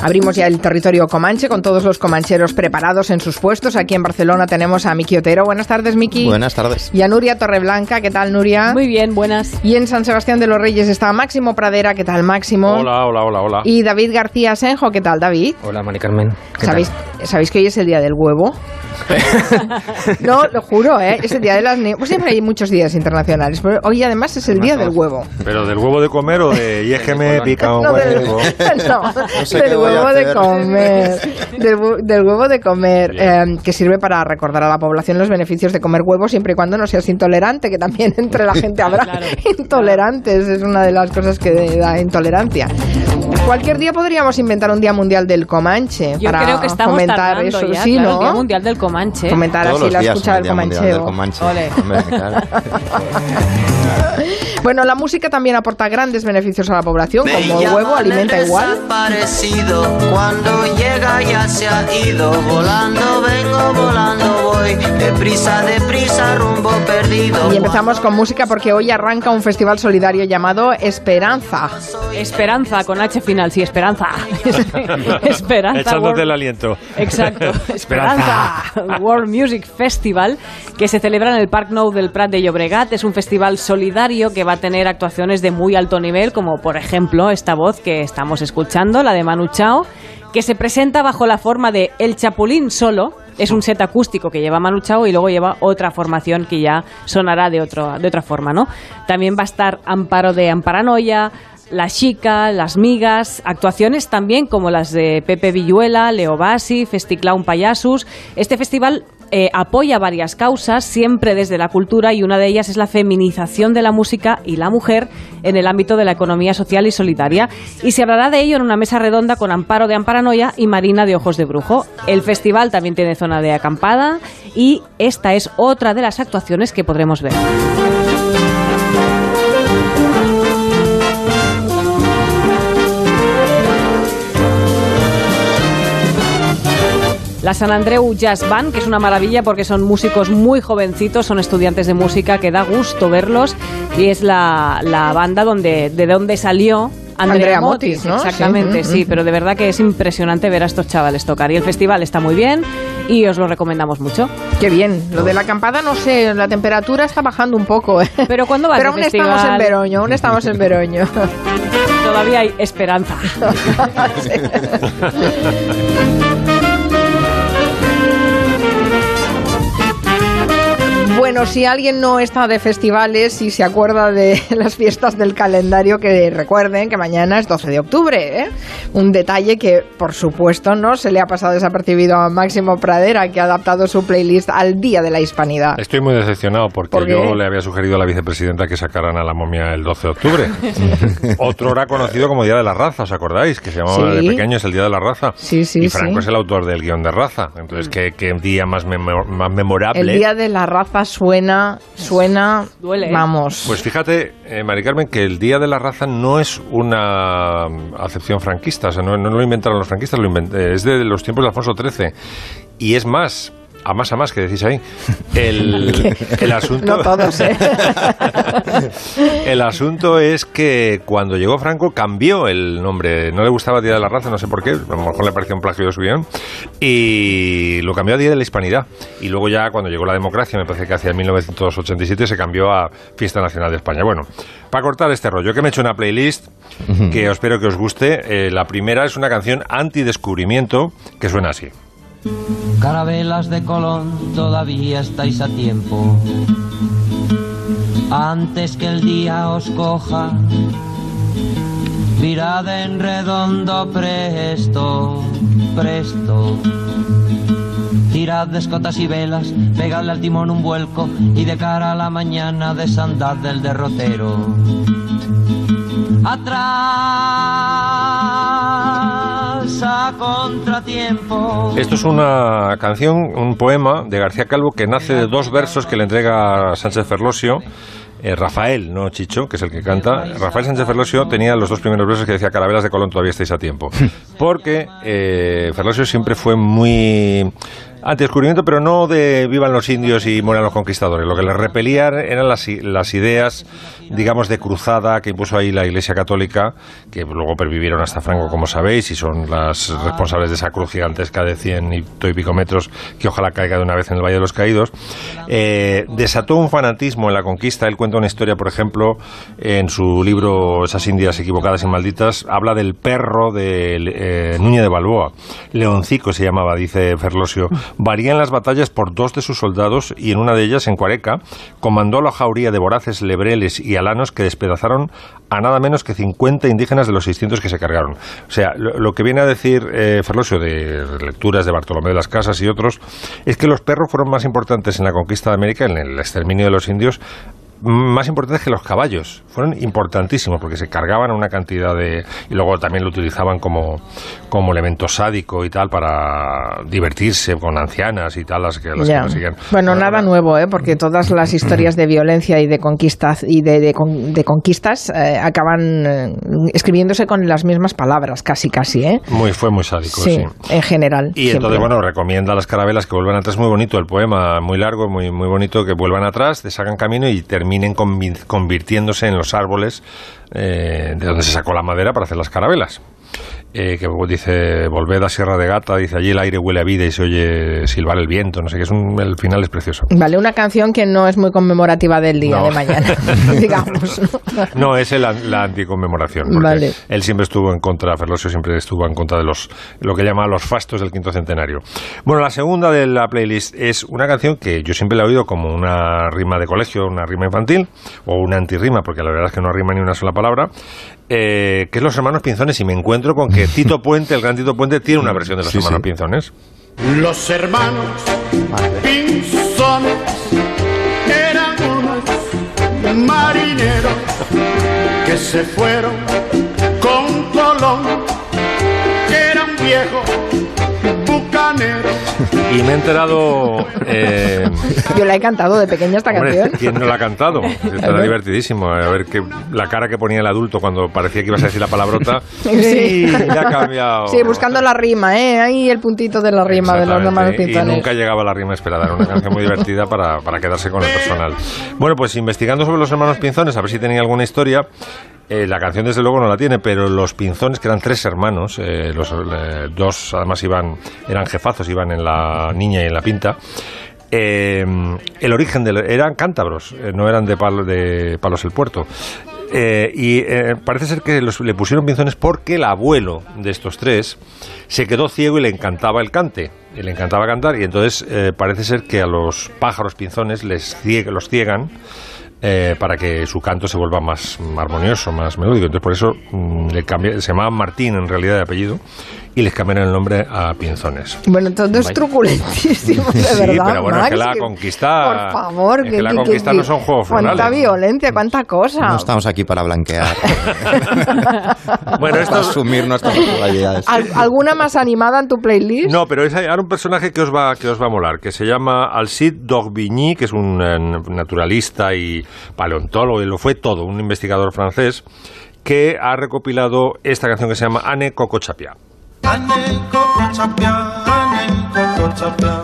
Abrimos ya el territorio comanche con todos los comancheros preparados en sus puestos. Aquí en Barcelona tenemos a Miki Otero. Buenas tardes, Miki. Buenas tardes. Y a Nuria Torreblanca. ¿Qué tal, Nuria? Muy bien, buenas. Y en San Sebastián de los Reyes está Máximo Pradera. ¿Qué tal, Máximo? Hola. Y David García Asenjo. ¿Qué tal, David? Hola, Mari Carmen. ¿Sabéis que hoy es el día del huevo? No, lo juro, es el día de las niñas. Pues siempre hay muchos días internacionales, pero hoy además es el día del huevo. ¿Pero del huevo de comer o de y es que me pica un huevo? No sé del huevo de comer. Del huevo de comer, que sirve para recordar a la población los beneficios de comer huevo siempre y cuando no seas intolerante, que también entre la gente habrá intolerantes, es una de las cosas que da intolerancia. Cualquier día podríamos inventar un Día Mundial del Comanche. Yo para creo que estamos fomentar tardando eso, ya, sí, claro, ¿no? el Día Mundial del Comanche. Fomentar Todos así la los días escucha del comancheo. Ole. Hombre, claro. Bueno, la música también aporta grandes beneficios a la población, como el huevo alimenta igual. Cuando llega ya se ha ido, volando vengo, volando voy, deprisa, rumbo perdido. Y empezamos con música porque hoy arranca un festival solidario llamado Esperanza. Esperanza, con H final, sí, Esperanza. Esperanza. Echándote el aliento. Exacto, Esperanza. World Music Festival, que se celebra en el Parc Nou del Prat de Llobregat. Es un festival solidario que va a tener actuaciones de muy alto nivel, como por ejemplo esta voz que estamos escuchando, la de Manu Chao, que se presenta bajo la forma de El Chapulín solo. Es un set acústico que lleva Manu Chao y luego lleva otra formación que ya sonará de otra forma, ¿no? También va a estar Amparo de Amparanoia, La Chica, Las Migas, actuaciones también como las de Pepe Villuela, Leo Bassi, Festiclaun Payasus. Este festival apoya varias causas, siempre desde la cultura, y una de ellas es la feminización de la música y la mujer en el ámbito de la economía social y solidaria. Y se hablará de ello en una mesa redonda con Amparo de Amparanoia y Marina de Ojos de Brujo. El festival también tiene zona de acampada y esta es otra de las actuaciones que podremos ver. La Sant Andreu Jazz Band, que es una maravilla porque son músicos muy jovencitos, son estudiantes de música, que da gusto verlos, y es la banda de donde salió Andrea Motis, ¿no? Exactamente, sí, pero de verdad que es impresionante ver a estos chavales tocar. Y el festival está muy bien y os lo recomendamos mucho. Qué bien. Lo de la acampada, no sé, la temperatura está bajando un poco, ¿eh? Pero ¿cuándo va Pero el festival? aún estamos en Veroño. Todavía hay esperanza. Bueno, si alguien no está de festivales y se acuerda de las fiestas del calendario, que recuerden que mañana es 12 de octubre, ¿eh? Un detalle que, por supuesto, no se le ha pasado desapercibido a Máximo Pradera, que ha adaptado su playlist al Día de la Hispanidad. Estoy muy decepcionado porque ¿Por qué? yo le había sugerido a la vicepresidenta que sacaran a la momia el 12 de octubre. Otro era conocido como Día de la Raza, ¿os acordáis? Que se llamaba Sí. de pequeños el Día de la Raza. Sí, y Franco es el autor del guión de Raza. Entonces, ¿qué día más memorable? El Día de la Raza suena, Duele, ¿eh? Vamos. Pues fíjate, Mari Carmen, que el Día de la Raza no es una acepción franquista, o sea, no lo inventaron los franquistas, es de los tiempos de Alfonso XIII. Y es más, a más que decís ahí, el asunto... No todos, ¿eh? El asunto es que cuando llegó Franco cambió el nombre, no le gustaba Día de la Raza, no sé por qué, a lo mejor le pareció un plagio de su guión, y lo cambió a Día de la Hispanidad. Y luego ya cuando llegó la democracia, me parece que hacia 1987, se cambió a Fiesta Nacional de España. Bueno, para cortar este rollo, que me he hecho una playlist que espero que os guste. La primera es una canción antidescubrimiento que suena así. Carabelas de Colón, todavía estáis a tiempo. Antes que el día os coja, virad en redondo presto. Tirad de escotas y velas, pegadle al timón un vuelco y de cara a la mañana desandad del derrotero. Atrás a contratiempo. Esto es una canción, un poema de García Calvo que nace de dos versos que le entrega a Sánchez Ferlosio. Rafael, no Chicho, que es el que canta. Rafael Sánchez Ferlosio tenía los dos primeros versos que decía: Carabelas de Colón, todavía estáis a tiempo. Porque Ferlosio siempre fue muy Antidescubrimiento, pero no de vivan los indios y mueran los conquistadores. Lo que les repelían eran las ideas, digamos, de cruzada que impuso ahí la Iglesia Católica, que luego pervivieron hasta Franco, como sabéis, y son las responsables de esa cruz gigantesca de 100 y pico metros que ojalá caiga de una vez en el Valle de los Caídos. Desató un fanatismo en la conquista. Él cuenta una historia, por ejemplo, en su libro Esas Indias equivocadas y malditas, habla del perro de Núñez de Balboa. Leoncico se llamaba, dice Ferlosio. Varía en las batallas por 2 de sus soldados y en una de ellas, en Cuareca, comandó la jauría de voraces lebreles y alanos que despedazaron a nada menos que 50 indígenas de los 600 que se cargaron. O sea, lo que viene a decir Ferlosio de lecturas de Bartolomé de las Casas y otros es que los perros fueron más importantes en la conquista de América, en el exterminio de los indios, más importantes que los caballos. Fueron importantísimos porque se cargaban una cantidad de... Y luego también lo utilizaban como elemento sádico y tal para divertirse con ancianas y tal, las que persiguen. Bueno, nada nuevo, porque todas las historias de violencia y de conquistas y de conquistas acaban escribiéndose con las mismas palabras, casi, ¿eh? Fue muy sádico, sí. En general. Y siempre. Entonces, bueno, recomienda a las carabelas que vuelvan atrás. Muy bonito el poema, muy largo, muy bonito, que vuelvan atrás, deshagan camino y terminen convirtiéndose en los árboles de donde se sacó la madera para hacer las carabelas. Que dice, volved a Sierra de Gata, dice, allí el aire huele a vida y se oye silbar el viento, no sé qué, el final es precioso. Vale, una canción que no es muy conmemorativa del día de mañana, digamos. No, es la anticonmemoración, porque vale. Él siempre estuvo en contra, Ferlosio siempre estuvo en contra de lo que llama los fastos del quinto centenario. Bueno, la segunda de la playlist es una canción que yo siempre la he oído como una rima de colegio, una rima infantil, o una antirrima, porque la verdad es que no rima ni una sola palabra, que es Los Hermanos Pinzones, y me encuentro con que Tito Puente, el gran Tito Puente, tiene una versión de Los Hermanos Pinzones. Los hermanos Pinzones eran unos marineros que se fueron con Colón, que era un viejo bucanero. Y me he enterado... Yo la he cantado de pequeña esta canción. ¿Quién no la ha cantado? Era divertidísimo. A ver la cara que ponía el adulto cuando parecía que ibas a decir la palabrota. Sí, ya ha cambiado. Sí, buscando la rima, ahí el puntito de la rima de Los Hermanos Pinzones. Y nunca llegaba la rima esperada. Era una canción muy divertida para quedarse con el personal. Bueno, pues investigando sobre Los Hermanos Pinzones, a ver si tenía alguna historia. La canción desde luego no la tiene, pero los Pinzones, que eran 3 hermanos, los 2 además eran jefazos, iban en la Niña y en la Pinta. El origen eran cántabros, no eran de Palos el Puerto. Parece ser que le pusieron Pinzones porque el abuelo de estos 3 se quedó ciego y le encantaba el cante, y le encantaba cantar, y entonces parece ser que a los pájaros pinzones los ciegan para que su canto se vuelva más armonioso, más melódico. Entonces por eso se llamaba Martín en realidad de apellido, y les cambiaron el nombre a Pinzones. Bueno, todo es truculentísimo, de verdad. Sí, pero bueno, Max, es que la conquista... Por favor, que la conquista no son juegos florales. Cuánta violencia, cuánta cosa. No estamos aquí para blanquear. Bueno, esto es asumir nuestras responsabilidades. ¿Alguna más animada en tu playlist? No, pero hay un personaje que os va a molar, que se llama Alcide d'Orbigny, que es un naturalista y paleontólogo, y lo fue todo, un investigador francés, que ha recopilado esta canción que se llama Ane Coco Chapia. Ane Coco Chapia, Ane Coco Chapia,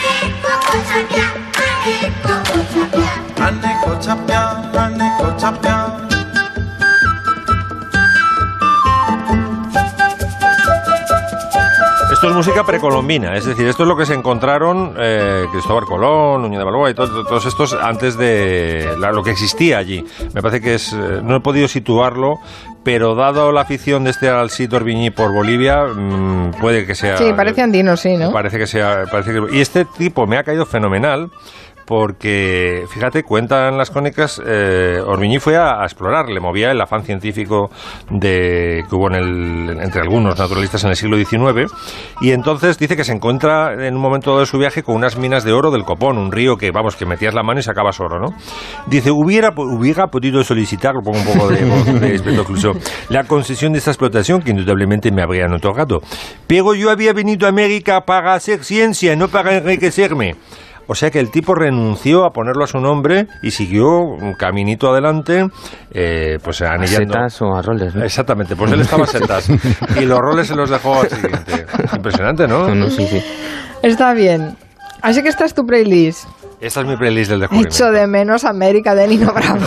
Ane Coco Chapia, Ane Coco Chapia. Esto es música precolombina, es decir, esto es lo que se encontraron Cristóbal Colón, Núñez de Balboa y todos estos antes de lo que existía allí. Me parece que no he podido situarlo, pero dado la afición de este Alcide d'Orbigny por Bolivia, puede que sea... Sí, parece andino, sí, ¿no? Parece que y este tipo me ha caído fenomenal, porque, fíjate, cuentan las crónicas, Orbigny fue a explorar, le movía el afán científico que hubo entre algunos naturalistas en el siglo XIX, y entonces dice que se encuentra en un momento de su viaje con unas minas de oro del Copón, un río que metías la mano y sacabas oro, ¿no? Dice, hubiera podido solicitar, lo pongo un poco de respeto incluso, la concesión de esta explotación, que indudablemente me habrían otorgado, pero yo había venido a América para hacer ciencia, no para enriquecerme. O sea que el tipo renunció a ponerlo a su nombre y siguió un caminito adelante, pues anillando. ¿A setas o a roles, no? Exactamente, pues él estaba a setas y los roles se los dejó al siguiente. Impresionante, ¿no? No, sí. Está bien. Así que esta es tu playlist. Esta es mi playlist del descubrimiento. Echo de menos América de Nino Bravo.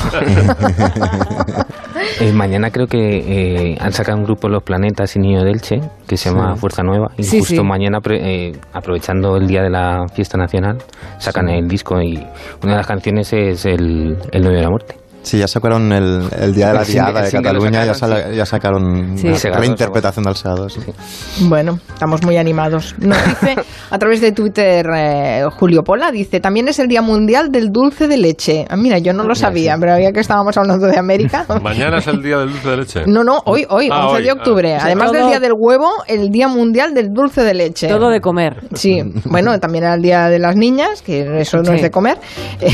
Mañana creo que han sacado un grupo Los Planetas y Niño de Elche que se llama Fuerza Nueva y justo mañana, aprovechando el día de la fiesta nacional, sacan el disco y una de las canciones es el 9 de la muerte. Sí, ya sacaron el Día de la Diada de Cataluña, ya sacaron la reinterpretación del Segador. Sí. Bueno, estamos muy animados. Nos dice a través de Twitter Julio Pola, dice, también es el Día Mundial del Dulce de Leche. Ah, mira, yo no lo sabía, pero ya que estábamos hablando de América. ¿Mañana es el Día del Dulce de Leche? No, hoy, 11 de octubre. Además del Día del Huevo, el Día Mundial del Dulce de Leche. Todo de comer. Sí, bueno, también era el Día de las Niñas, que eso no es de comer.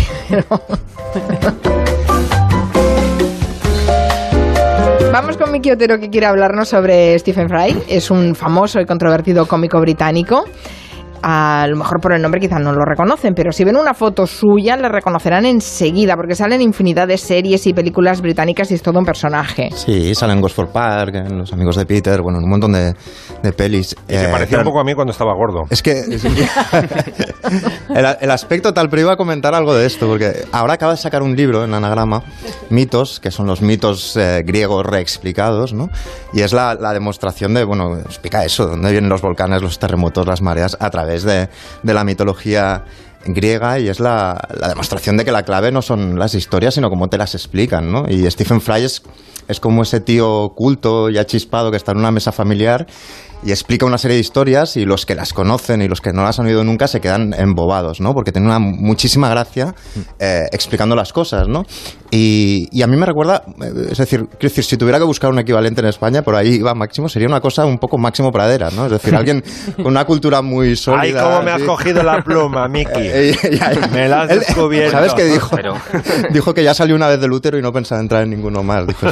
Vamos con Miki Otero, que quiere hablarnos sobre Stephen Fry. Es un famoso y controvertido cómico británico. A lo mejor por el nombre quizás no lo reconocen, pero si ven una foto suya le reconocerán enseguida, porque salen infinidad de series y películas británicas y es todo un personaje. Sí, salen Gosford Park, Los Amigos de Peter, bueno, un montón de pelis. Se parecía un poco a mí cuando estaba gordo. Es que el aspecto tal, pero iba a comentar algo de esto, porque ahora acaba de sacar un libro en Anagrama, Mitos, que son los mitos griegos reexplicados, ¿no? Y es la demostración de, bueno, explica eso, de dónde vienen los volcanes, los terremotos, las mareas, a través de la mitología griega, y es la demostración de que la clave no son las historias, sino cómo te las explican, ¿no? Y Stephen Fry es como ese tío culto y achispado que está en una mesa familiar y explica una serie de historias, y los que las conocen y los que no las han oído nunca se quedan embobados, ¿no? Porque tiene muchísima gracia explicando las cosas, ¿no? Y a mí me recuerda, es decir, si tuviera que buscar un equivalente en España, por ahí va Máximo, sería una cosa un poco Máximo Pradera, ¿no? Es decir, alguien con una cultura muy sólida. ¡Ay, cómo me has cogido la pluma, Miki! Me la has descubierto. ¿Sabes qué dijo? Dijo que ya salió una vez del útero y no pensaba entrar en ninguno más, dijo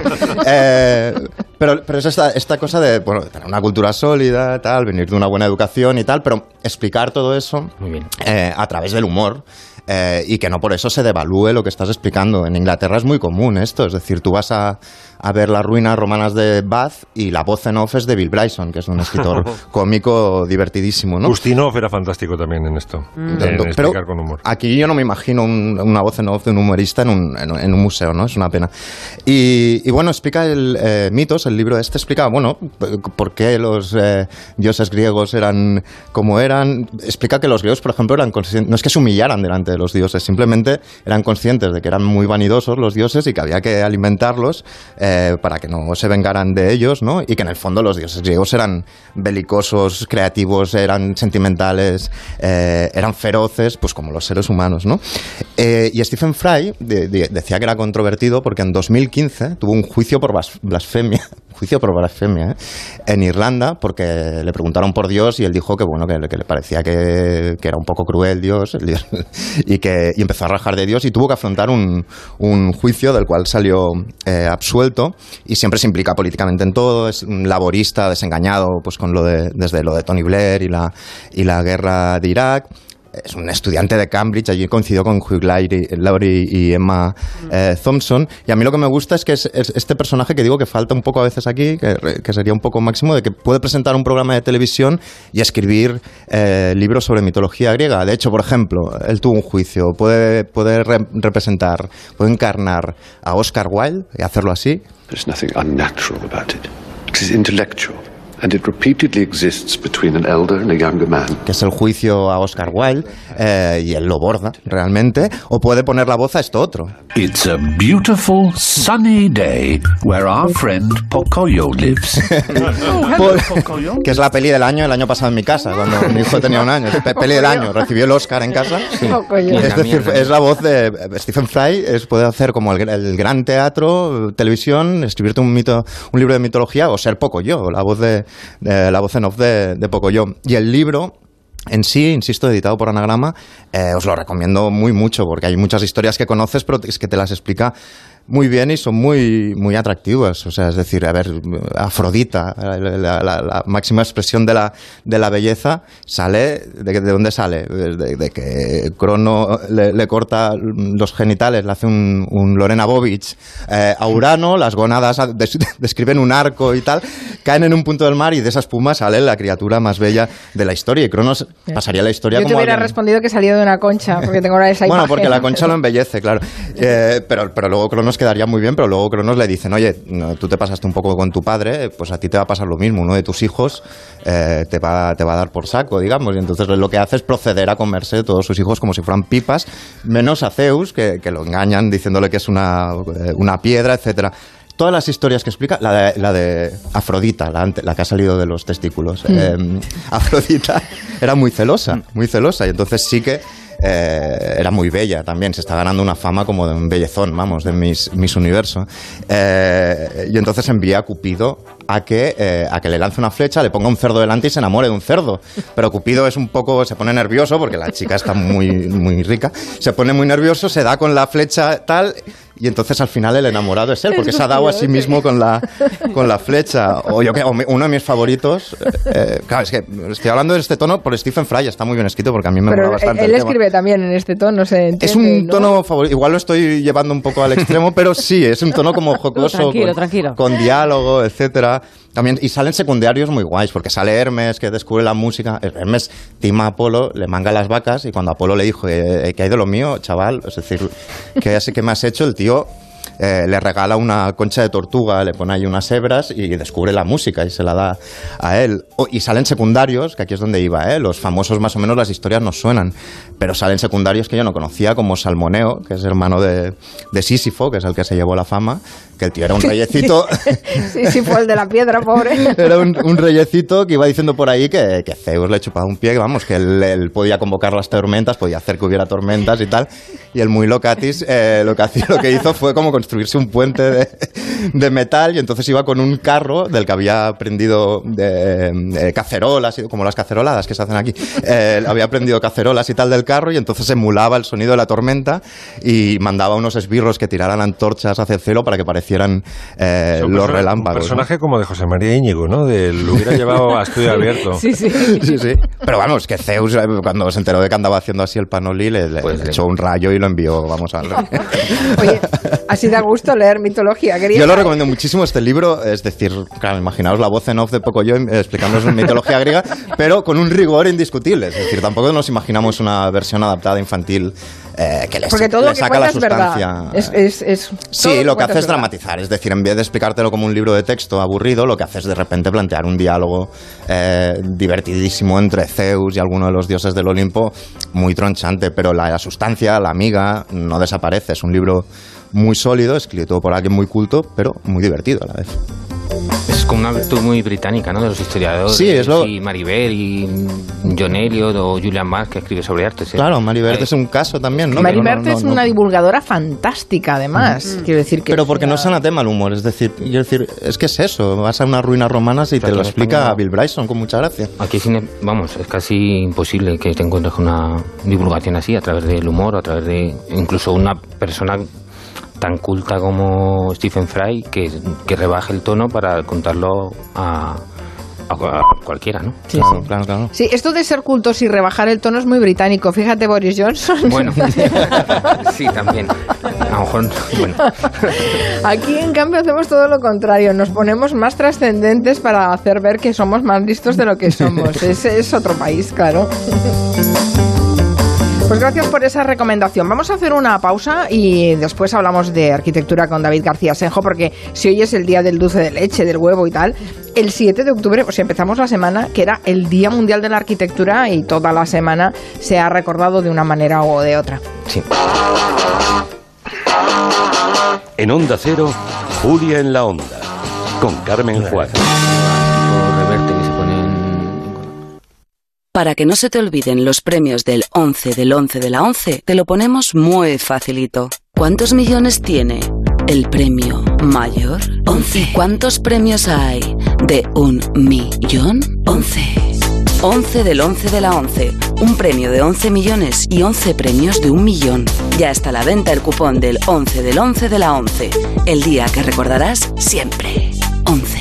pero es esta cosa de, bueno, tener una cultura sólida, tal, venir de una buena educación y tal, pero explicar todo eso a través del humor. Y que no por eso se devalúe lo que estás explicando. En Inglaterra es muy común esto, es decir, tú vas a ver las ruinas romanas de Bath y la voz en off es de Bill Bryson, que es un escritor cómico divertidísimo, ¿no? Ustinov era fantástico también en esto, en explicar con humor. Aquí yo no me imagino una voz en off de un humorista en un museo, ¿no? Es una pena. Y bueno, explica Mitos, el libro explica, bueno, por qué los dioses griegos eran como eran. Explica que los griegos, por ejemplo, eran conscientes, no es que se humillaran delante de los dioses, simplemente eran conscientes de que eran muy vanidosos los dioses y que había que alimentarlos para que no se vengaran de ellos, ¿no? Y que en el fondo los dioses griegos eran belicosos, creativos, eran sentimentales, eran feroces, pues como los seres humanos, ¿no? Y Stephen Fry decía que era controvertido porque en 2015 tuvo un juicio por blasfemia en Irlanda, porque le preguntaron por Dios y él dijo que bueno, que le parecía que era un poco cruel Dios, y empezó a rajar de Dios y tuvo que afrontar un juicio del cual salió absuelto, y siempre se implica políticamente en todo. Es un laborista desengañado, pues con desde lo de Tony Blair y la guerra de Irak. Es un estudiante de Cambridge, allí coincidió con Hugh Laurie y Emma Thompson, y a mí lo que me gusta es que es este personaje que digo que falta un poco a veces aquí, que sería un poco Máximo, de que puede presentar un programa de televisión y escribir libros sobre mitología griega. De hecho, por ejemplo, él tuvo un juicio, puede representar, puede encarnar a Oscar Wilde y hacerlo así. There's nothing unnatural about it. It is intellectual. And it repeatedly exists between an elder and a younger man. Que es el juicio a Oscar Wilde, y él lo borda realmente, o puede poner la voz a esto otro. It's a beautiful sunny day where our friend Pocoyo lives. Que es la peli del año, el año pasado en mi casa, cuando mi hijo tenía un año. Peli del año, recibió el Oscar en casa. Sí. Es decir, es la voz de Stephen Fry, puede hacer como el gran teatro, televisión, escribirte un libro de mitología, o ser Pocoyo, la voz en off de Pocoyo. Y el libro en sí, insisto, editado por Anagrama, os lo recomiendo muy mucho, porque hay muchas historias que conoces, pero es que te las explica muy bien y son muy, muy atractivas. O sea, es decir, a ver, Afrodita, la máxima expresión de la belleza, sale, ¿de dónde sale? De que Crono le corta los genitales, le hace un Lorena Bobbitt a Urano, las gónadas describen un arco y tal, caen en un punto del mar y de esa espuma sale la criatura más bella de la historia. Y Cronos pasaría la historia como... Yo te hubiera respondido que salía de una concha, porque tengo esa imagen. Bueno, porque la concha lo embellece, claro. Pero luego Cronos quedaría muy bien, pero luego Cronos le dicen, oye, tú te pasaste un poco con tu padre, pues a ti te va a pasar lo mismo, uno de tus hijos te va a dar por saco, digamos, y entonces lo que hace es proceder a comerse todos sus hijos como si fueran pipas, menos a Zeus, que lo engañan diciéndole que es una piedra, etcétera. Todas las historias que explica, la de Afrodita, la que ha salido de los testículos. Afrodita era muy celosa, y entonces sí que era muy bella también, se está ganando una fama como de un bellezón, vamos, de Miss Universo. Y entonces envía a Cupido a que le lance una flecha, le ponga un cerdo delante y se enamore de un cerdo. Pero Cupido se pone nervioso, porque la chica está muy, muy rica, se pone muy nervioso, se da con la flecha tal... Y entonces al final el enamorado es él, porque se ha dado a sí mismo con la flecha. O uno de mis favoritos, claro, es que estoy hablando de este tono por Stephen Fry, está muy bien escrito porque a mí me mola bastante. Él escribe también en este tono, se entiende, es un tono favorito, igual lo estoy llevando un poco al extremo, pero sí, es un tono como jocoso, tranquilo. Con diálogo, etcétera. También, y salen secundarios muy guays, porque sale Hermes, que descubre la música. Hermes tima a Apolo, le manga las vacas, y cuando Apolo le dijo, ¿qué hay de lo mío, chaval? Es decir, ¿qué me has hecho? El tío le regala una concha de tortuga, le pone ahí unas hebras y descubre la música y se la da a él. Y salen secundarios, que aquí es donde iba, los famosos más o menos las historias nos suenan, pero salen secundarios que yo no conocía, como Salmoneo, que es hermano de Sísifo, que es el que se llevó la fama, que el tío era un reyecito. Sísifo, el de la piedra, pobre. Era un reyecito que iba diciendo por ahí que Zeus le chupaba un pie, que vamos, que él podía convocar las tormentas, podía hacer que hubiera tormentas y tal, y el muy locatis lo que hizo fue como construirse un puente de metal, y entonces iba con un carro del que había aprendido cacerolas, como las caceroladas que se hacen aquí, había aprendido cacerolas y tal del carro, y entonces emulaba el sonido de la tormenta y mandaba unos esbirros que tiraran antorchas hacia el cielo para que parecieran los relámpagos. Un personaje como de José María Íñigo, ¿no? Lo hubiera llevado a estudio abierto. Sí. Pero vamos, que Zeus, cuando se enteró de que andaba haciendo así el Panoli, le echó un rayo y lo envió, vamos a ver. Oye, así da gusto leer mitología. Yo lo recomiendo muchísimo este libro, es decir, claro, imaginaos la voz en off de Pocoyo explicándonos mitología griega, pero con un rigor indiscutible, es decir, tampoco nos imaginamos una versión adaptada infantil que le saca la sustancia. Sí, lo que hace es dramatizar, es decir, en vez de explicártelo como un libro de texto aburrido, lo que hace es de repente plantear un diálogo divertidísimo entre Zeus y alguno de los dioses del Olimpo, muy tronchante, pero la sustancia, la amiga, no desaparece. Es un libro muy sólido, escrito por alguien muy culto, pero muy divertido a la vez. Es como una virtud muy británica, ¿no? De los historiadores. Sí, y Maribel y John Eliot o Julian Barnes, que escribe sobre arte. ¿sí? Claro, Maribel es un caso también, ¿no? Maribel es una divulgadora fantástica, además. Quiero decir que pero porque no es anatema el humor, es decir, es que es eso. Vas a unas ruinas romanas y te lo explica Bill Bryson con mucha gracia. Aquí, es casi imposible que te encuentres con una divulgación así, a través del humor, o a través de incluso una persona tan culta como Stephen Fry que rebaje el tono para contarlo a cualquiera, ¿no? Sí, claro. Sí, esto de ser cultos y rebajar el tono es muy británico. Fíjate, Boris Johnson. Bueno, sí, también. A lo mejor, bueno. Aquí, en cambio, hacemos todo lo contrario. Nos ponemos más trascendentes para hacer ver que somos más listos de lo que somos. Es otro país, claro. Pues gracias por esa recomendación. Vamos a hacer una pausa y después hablamos de arquitectura con David García Senjo, porque si hoy es el día del dulce de leche, del huevo y tal, el 7 de octubre, pues empezamos la semana, que era el Día Mundial de la Arquitectura, y toda la semana se ha recordado de una manera o de otra. Sí. En Onda Cero, Julia en la Onda, con Carmen Juárez. Para que no se te olviden los premios del 11 del 11 de la 11, te lo ponemos muy facilito. ¿Cuántos millones tiene el premio mayor? 11. ¿Y cuántos premios hay de 1 millón? 11. 11 del 11 de la 11. Un premio de 11 millones y 11 premios de 1 millón. Ya está a la venta el cupón del 11 del 11 de la 11. El día que recordarás siempre. 11.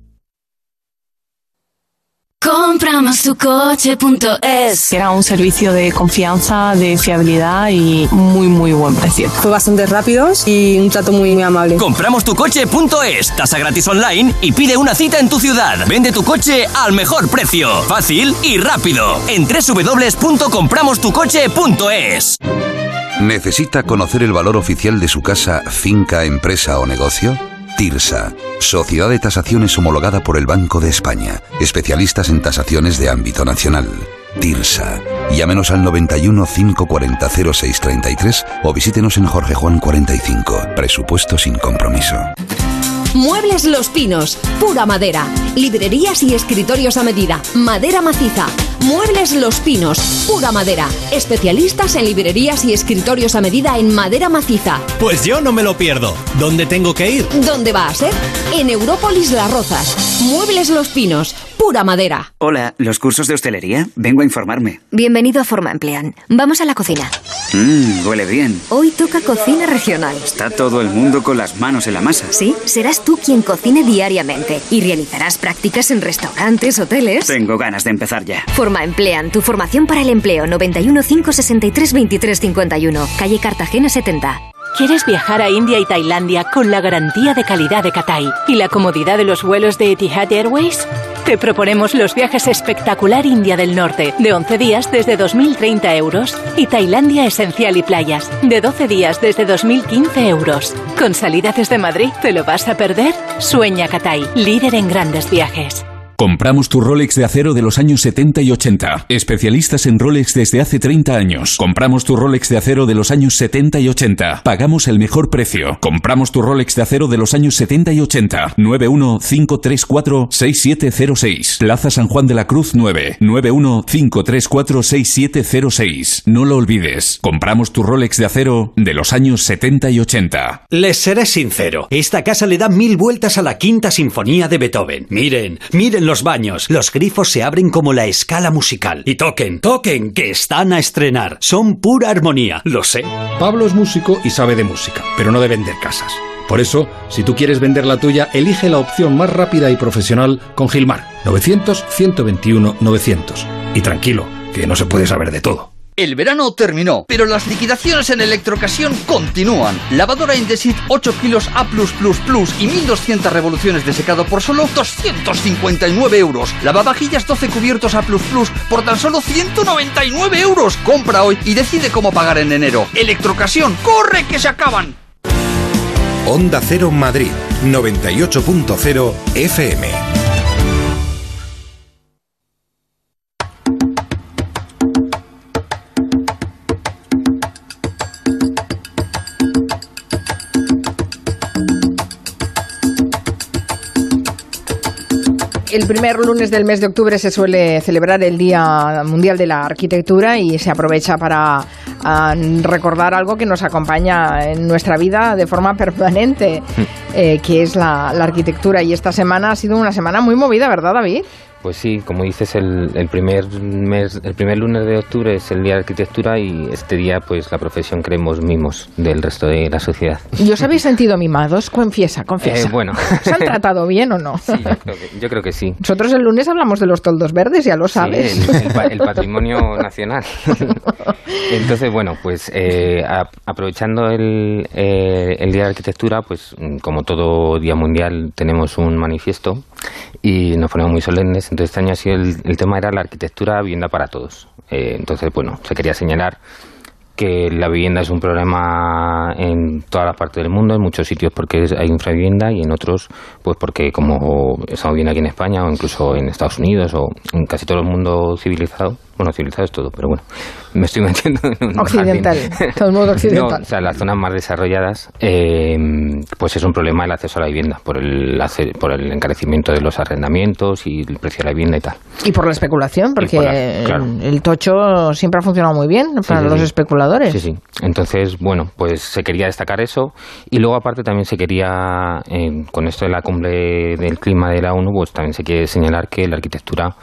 Compramostucoche.es. Era un servicio de confianza, de fiabilidad y muy buen precio. Fue bastante rápidos y un trato muy amable. Compramostucoche.es. Tasa gratis online y pide una cita en tu ciudad. Vende tu coche al mejor precio. Fácil y rápido. En www.compramostucoche.es. ¿Necesita conocer el valor oficial de su casa, finca, empresa o negocio? TIRSA, Sociedad de Tasaciones homologada por el Banco de España, especialistas en tasaciones de ámbito nacional. TIRSA. Llámenos al 91 540 0633 o visítenos en Jorge Juan 45. Presupuesto sin compromiso. Muebles Los Pinos, pura madera. Librerías y escritorios a medida. Madera maciza. Muebles Los Pinos, pura madera. Especialistas en librerías y escritorios a medida en madera maciza. Pues yo no me lo pierdo. ¿Dónde tengo que ir? ¿Dónde va a ser? En Európolis Las Rozas. Muebles Los Pinos, pura madera. Hola, ¿los cursos de hostelería? Vengo a informarme. Bienvenido a Forma Emplean. Vamos a la cocina. Huele bien. Hoy toca cocina regional. Está todo el mundo con las manos en la masa. Sí, serás tú quien cocine diariamente y realizarás prácticas en restaurantes, hoteles. Tengo ganas de empezar ya. Forma Emplean, tu formación para el empleo. 91 563 23 51, calle Cartagena 70. ¿Quieres viajar a India y Tailandia con la garantía de calidad de Cathay y la comodidad de los vuelos de Etihad Airways? Te proponemos los viajes espectacular India del Norte, de 11 días desde 2.030 euros, y Tailandia Esencial y Playas, de 12 días desde 2.015 euros. Con salida desde Madrid, ¿te lo vas a perder? Sueña Cathay, líder en grandes viajes. Compramos tu Rolex de acero de los años 70 y 80. Especialistas en Rolex desde hace 30 años. Compramos tu Rolex de acero de los años 70 y 80. Pagamos el mejor precio. Compramos tu Rolex de acero de los años 70 y 80. 915346706. Plaza San Juan de la Cruz 9. 915346706. No lo olvides. Compramos tu Rolex de acero de los años 70 y 80. Les seré sincero. Esta casa le da 1000 vueltas a la Quinta Sinfonía de Beethoven. Miren los baños. Los grifos se abren como la escala musical. Y toquen, que están a estrenar. Son pura armonía, lo sé. Pablo es músico y sabe de música, pero no de vender casas. Por eso, si tú quieres vender la tuya, elige la opción más rápida y profesional con Gilmar. 900-121-900. Y tranquilo, que no se puede saber de todo. El verano terminó, pero las liquidaciones en Electroocasión continúan. Lavadora Indesit 8 kilos A+++ y 1200 revoluciones de secado por solo 259 euros. Lavavajillas 12 cubiertos A++ por tan solo 199 euros. Compra hoy y decide cómo pagar en enero. Electroocasión, ¡corre que se acaban! Onda Cero Madrid, 98.0 FM. El primer lunes del mes de octubre se suele celebrar el Día Mundial de la Arquitectura y se aprovecha para recordar algo que nos acompaña en nuestra vida de forma permanente, que es la arquitectura. Y esta semana ha sido una semana muy movida, ¿verdad, David? Pues sí, como dices, el primer lunes de octubre es el Día de la Arquitectura y este día pues la profesión creemos mimos del resto de la sociedad. ¿Y os habéis sentido mimados? Confiesa. Bueno. ¿Se han tratado bien o no? Sí, yo creo que sí. Nosotros el lunes hablamos de los toldos verdes, ya lo sabes. Sí, el patrimonio nacional. Entonces, bueno, pues aprovechando el Día de la Arquitectura, pues como todo Día Mundial tenemos un manifiesto y nos ponemos muy solemnes. Entonces este año ha sido el tema era la arquitectura, vivienda para todos. Entonces, bueno, se quería señalar que la vivienda es un problema en todas las partes del mundo, en muchos sitios porque hay infravivienda y en otros pues porque como estamos viendo aquí en España o incluso en Estados Unidos o en casi todo el mundo civilizado, bueno, civilizado es todo, pero bueno, me estoy metiendo en un occidental, todo el mundo occidental. No, o sea, las zonas más desarrolladas pues es un problema el acceso a la vivienda por el encarecimiento de los arrendamientos y el precio de la vivienda y tal. Y por la especulación, porque claro, el tocho siempre ha funcionado muy bien para los especuladores. Sí. Entonces, bueno, pues se quería destacar eso y luego aparte también se quería, con esto de la cumbre del clima de la ONU, pues también se quiere señalar que la arquitectura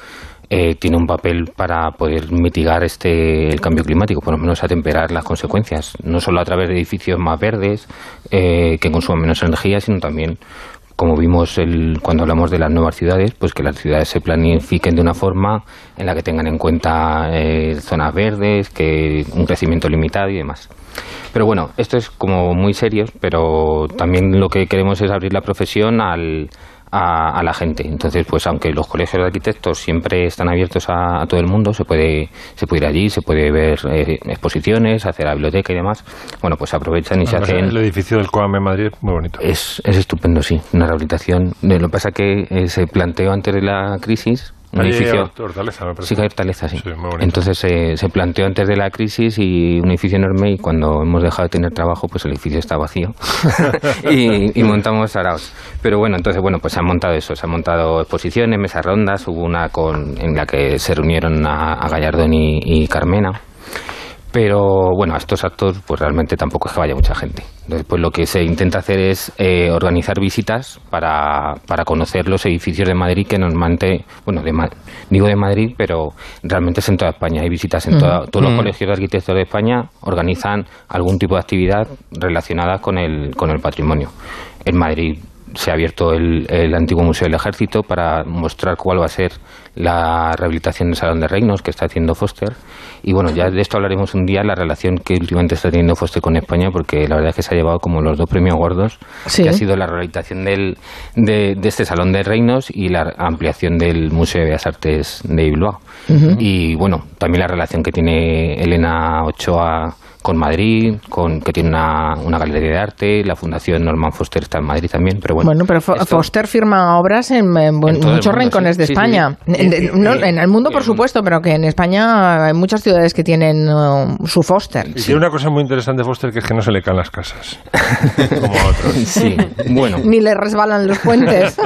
tiene un papel para poder mitigar el cambio climático, por lo menos atemperar las consecuencias, no solo a través de edificios más verdes que consuman menos energía, sino también, como vimos cuando hablamos de las nuevas ciudades, pues que las ciudades se planifiquen de una forma en la que tengan en cuenta zonas verdes, que un crecimiento limitado y demás. Pero bueno, esto es como muy serio, pero también lo que queremos es abrir la profesión a la gente. Entonces, pues aunque los colegios de arquitectos siempre están abiertos a todo el mundo, se puede ir allí, se puede ver exposiciones, hacer la biblioteca y demás. Bueno, pues aprovechan y se hacen... El edificio del COAM en Madrid es muy bonito. Es estupendo, sí, una rehabilitación. Lo que pasa es que se planteó antes de la crisis un edificio... Hortaleza, me parece. Sí, Hortaleza, sí. Sí, muy bonito. Entonces se planteó antes de la crisis y un edificio enorme, y cuando hemos dejado de tener trabajo, pues el edificio está vacío y montamos Araos. Pero bueno, entonces pues se han montado eso, se han montado exposiciones, mesas rondas, hubo una en la que se reunieron a Gallardón y Carmena. Pero bueno, a estos actos pues realmente tampoco es que vaya mucha gente. Entonces, pues lo que se intenta hacer es organizar visitas para conocer los edificios de Madrid que normalmente, digo de Madrid, pero realmente es en toda España. Hay visitas en todos los colegios de arquitectos de España, organizan algún tipo de actividad relacionada con el patrimonio. En Madrid se ha abierto el antiguo Museo del Ejército para mostrar cuál va a ser la rehabilitación del Salón de Reinos que está haciendo Foster. Y bueno, ya de esto hablaremos un día, la relación que últimamente está teniendo Foster con España, porque la verdad es que se ha llevado como los 2 premios gordos, que ha sido la rehabilitación de este Salón de Reinos y la ampliación del Museo de Bellas Artes de Bilbao. Y bueno, también la relación que tiene Elena Ochoa con Madrid, que tiene una galería de arte, la Fundación Norman Foster está en Madrid también, pero pero Foster firma obras en muchos rincones de España. Sí. En el mundo, por supuesto, pero que en España hay muchas ciudades que tienen su Foster. Y tiene una cosa muy interesante Foster, que es que no se le caen las casas, como a otros. Sí, bueno. Ni le resbalan los puentes.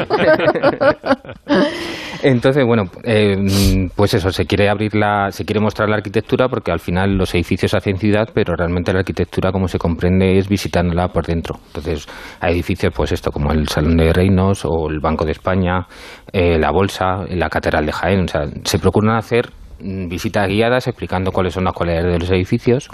Entonces, pues eso, se quiere mostrar la arquitectura, porque al final los edificios hacen ciudad, pero realmente la arquitectura, como se comprende, es visitándola por dentro. Entonces, hay edificios, pues esto, como el Salón de Reinos o el Banco de España, la Bolsa, la Catedral de Jaén. O sea, se procuran hacer visitas guiadas explicando cuáles son las cualidades de los edificios.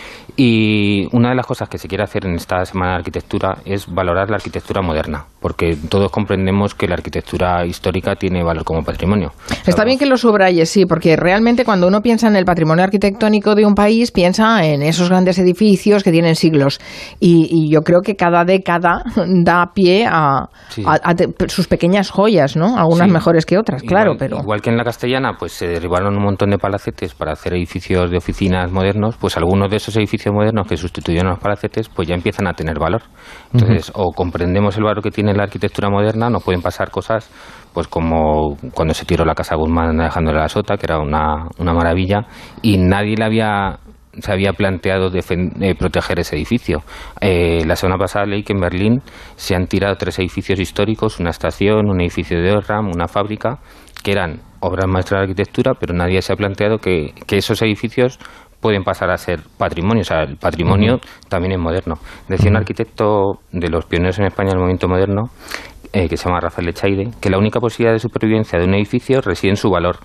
Y una de las cosas que se quiere hacer en esta Semana de Arquitectura es valorar la arquitectura moderna, porque todos comprendemos que la arquitectura histórica tiene valor como patrimonio. Está bien que lo subrayes, sí, porque realmente cuando uno piensa en el patrimonio arquitectónico de un país, piensa en esos grandes edificios que tienen siglos. Y yo creo que cada década da pie a sus pequeñas joyas, ¿no? Algunas mejores que otras, claro, pero... Igual que en la Castellana, pues se derribaron un montón de palacetes para hacer edificios de oficinas modernos, pues algunos de esos edificios modernos que sustituyeron a los palacetes pues ya empiezan a tener valor. Entonces, o comprendemos el valor que tiene la arquitectura moderna, nos pueden pasar cosas pues como cuando se tiró la Casa Guzmán dejándole la sota, que era una maravilla, y nadie se había planteado proteger ese edificio. La semana pasada leí que en Berlín se han tirado 3 edificios históricos, una estación, un edificio de Osram, una fábrica, que eran obras maestras de arquitectura, pero nadie se ha planteado que esos edificios pueden pasar a ser patrimonio. O sea, el patrimonio también es moderno. Decía un arquitecto de los pioneros en España del movimiento moderno, que se llama Rafael Echaide, que la única posibilidad de supervivencia de un edificio reside en su valor.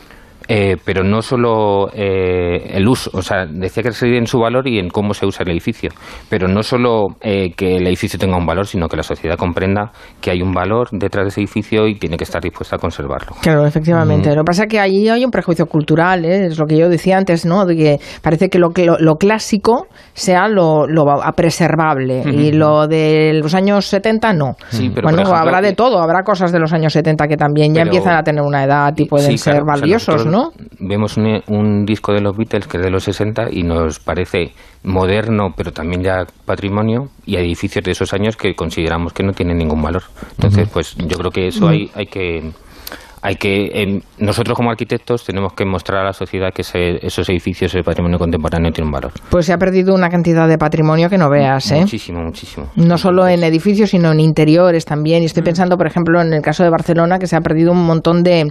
Pero no solo el uso, o sea, decía que reside en su valor y en cómo se usa el edificio, pero no solo que el edificio tenga un valor, sino que la sociedad comprenda que hay un valor detrás de ese edificio y tiene que estar dispuesta a conservarlo. Claro, efectivamente. Lo que pasa es que allí hay un prejuicio cultural, es lo que yo decía antes, ¿no? De que parece que lo clásico sea lo preservable y lo de los años 70 no. Sí, pero bueno, ejemplo, habrá de todo, habrá cosas de los años 70 que también ya empiezan a tener una edad y pueden ser valiosos, ¿no? Vemos un disco de los Beatles que es de los 60 y nos parece moderno, pero también ya patrimonio, y hay edificios de esos años que consideramos que no tienen ningún valor. Entonces, pues yo creo que eso hay que nosotros como arquitectos tenemos que mostrar a la sociedad que esos edificios, el patrimonio contemporáneo, tienen un valor. Pues se ha perdido una cantidad de patrimonio que no veas, ¿eh? Muchísimo. No solo en edificios, sino en interiores también. Y estoy pensando, por ejemplo, en el caso de Barcelona, que se ha perdido un montón en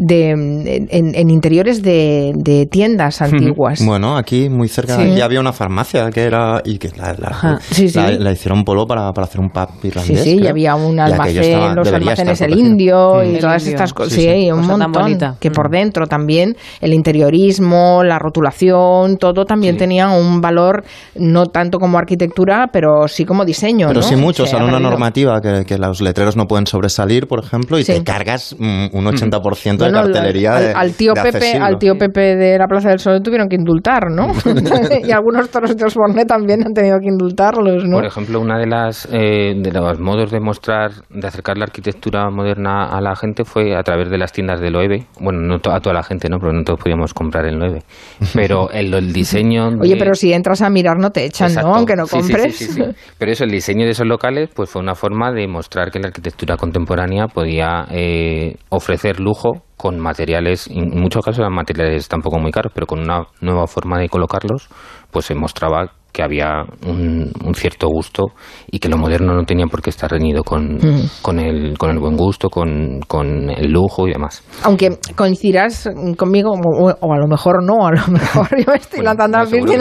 interiores de tiendas antiguas. Bueno, aquí muy cerca ya había una farmacia que era y que la hicieron polo para hacer un pub irlandés. Sí, y había un almacén, los almacenes El Indio y todas estas cosas. Sí, un montón. Que por dentro también el interiorismo, la rotulación, todo también tenía un valor, no tanto como arquitectura, pero sí como diseño. Pero ¿no? sí mucho, o sea, una normativa que los letreros no pueden sobresalir, por ejemplo, y te cargas un 80% de cartelería al tío Pepe de la Plaza del Sol tuvieron que indultar, ¿no? Y algunos toros de Osborne también han tenido que indultarlos, ¿no? Por ejemplo, una de los modos de mostrar, de acercar la arquitectura moderna a la gente fue a través de las tiendas del Loewe. Bueno, no a toda la gente, ¿no? Porque no todos podíamos comprar el Loewe. Pero el diseño... Oye, pero si entras a mirar no te echan, ¿no? Aunque no compres. Sí. Pero eso, el diseño de esos locales, pues fue una forma de mostrar que la arquitectura contemporánea podía ofrecer lujo con materiales, en muchos casos eran materiales tampoco muy caros, pero con una nueva forma de colocarlos, pues se mostraba que había un cierto gusto y que lo moderno no tenía por qué estar reñido con el buen gusto, con el lujo y demás. Aunque coincidirás conmigo, o a lo mejor no, a lo mejor yo me estoy lanzando a la piscina,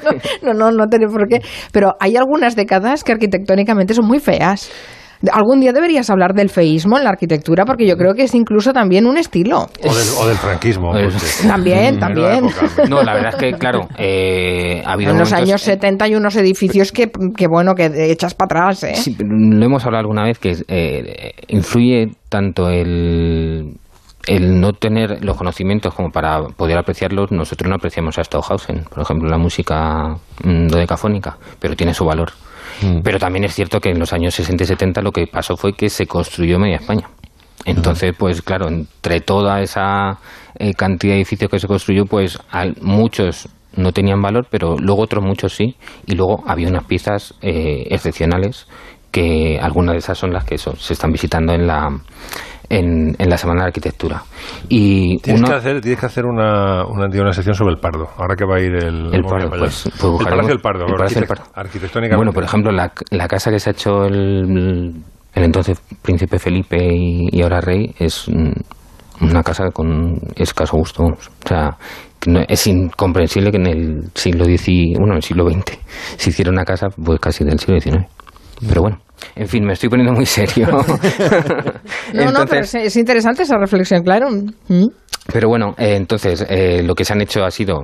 no tiene por qué, pero hay algunas décadas que arquitectónicamente son muy feas. Algún día deberías hablar del feísmo en la arquitectura, porque yo creo que es incluso también un estilo. O del franquismo. También. No, la verdad es que, claro, ha habido en los años 70 hay unos edificios que echas para atrás, ¿eh? Sí, lo hemos hablado alguna vez, que influye tanto el no tener los conocimientos como para poder apreciarlos. Nosotros no apreciamos a Stockhausen, por ejemplo, la música dodecafónica, pero tiene su valor. Pero también es cierto que en los años 60 y 70 lo que pasó fue que se construyó media España. Entonces, pues claro, entre toda esa cantidad de edificios que se construyó, pues muchos no tenían valor, pero luego otros muchos sí. Y luego había unas piezas excepcionales, que algunas de esas son las que se están visitando en la Semana de Arquitectura. Y tienes que hacer una sección sobre el Pardo, ahora que va a ir el Pardo, pues el Palacio del Pardo, arquitectónicamente. Bueno, por ejemplo, la casa que se ha hecho el entonces príncipe Felipe y ahora rey es una casa con escaso gusto, vamos. O sea, es incomprensible que en el siglo XX se hiciera una casa pues casi del siglo XIX. Pero bueno, en fin, me estoy poniendo muy serio. No, pero es interesante esa reflexión, claro. Pero bueno, entonces lo que se han hecho ha sido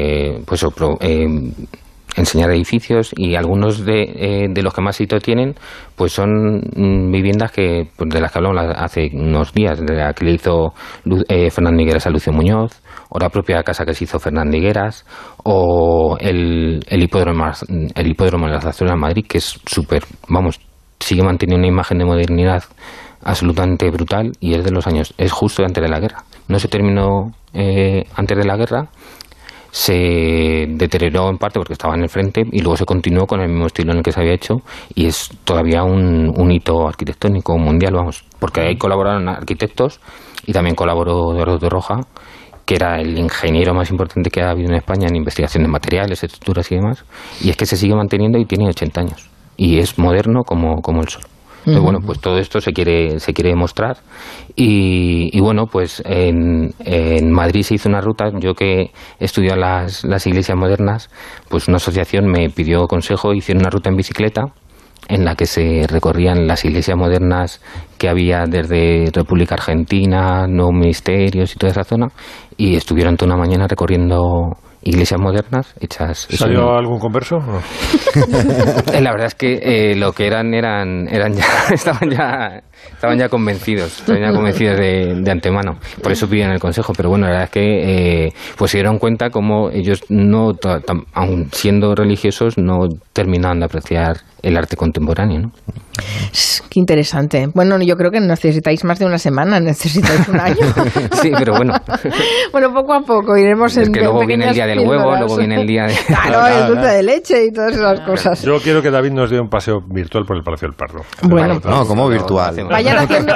enseñar edificios, y algunos de los que más éxito tienen pues son viviendas de las que hablamos hace unos días, de la que le hizo Fernando Higueras a Lucio Muñoz, o la propia casa que se hizo Fernando Higueras, o el hipódromo de las Azules en Madrid, que es súper, sigue manteniendo una imagen de modernidad absolutamente brutal, y es justo antes de la guerra. No se terminó antes de la guerra, se deterioró en parte porque estaba en el frente, y luego se continuó con el mismo estilo en el que se había hecho, y es todavía un hito arquitectónico mundial, porque ahí colaboraron arquitectos, y también colaboró Eduardo Torroja, que era el ingeniero más importante que ha habido en España en investigación de materiales, estructuras y demás, y es que se sigue manteniendo y tiene 80 años, y es moderno como el sol. Entonces, bueno, pues todo esto se quiere demostrar, y bueno, pues en Madrid se hizo una ruta. Yo que he estudiado las iglesias modernas, pues una asociación me pidió consejo, hicieron una ruta en bicicleta en la que se recorrían las iglesias modernas que había desde República Argentina, Nuevos Ministerios y toda esa zona, y estuvieron toda una mañana recorriendo iglesias modernas hechas. ¿Salió algún converso? No. La verdad es que lo que eran ya estaban ya convencidos de antemano. Por eso pidieron el consejo. Pero bueno, la verdad es que pues se dieron cuenta como ellos aun siendo religiosos, no terminaban de apreciar el arte contemporáneo, ¿no? Qué interesante. Bueno, yo creo que necesitáis más de una semana, necesitáis un año. Sí, pero bueno. Bueno, poco a poco iremos en. Es que luego viene el día del huevo, luego viene el día de. Claro, el dulce de leche y todas esas cosas. Yo quiero que David nos dé un paseo virtual por el Palacio del Pardo. Bueno, no, ¿cómo virtual? Vayan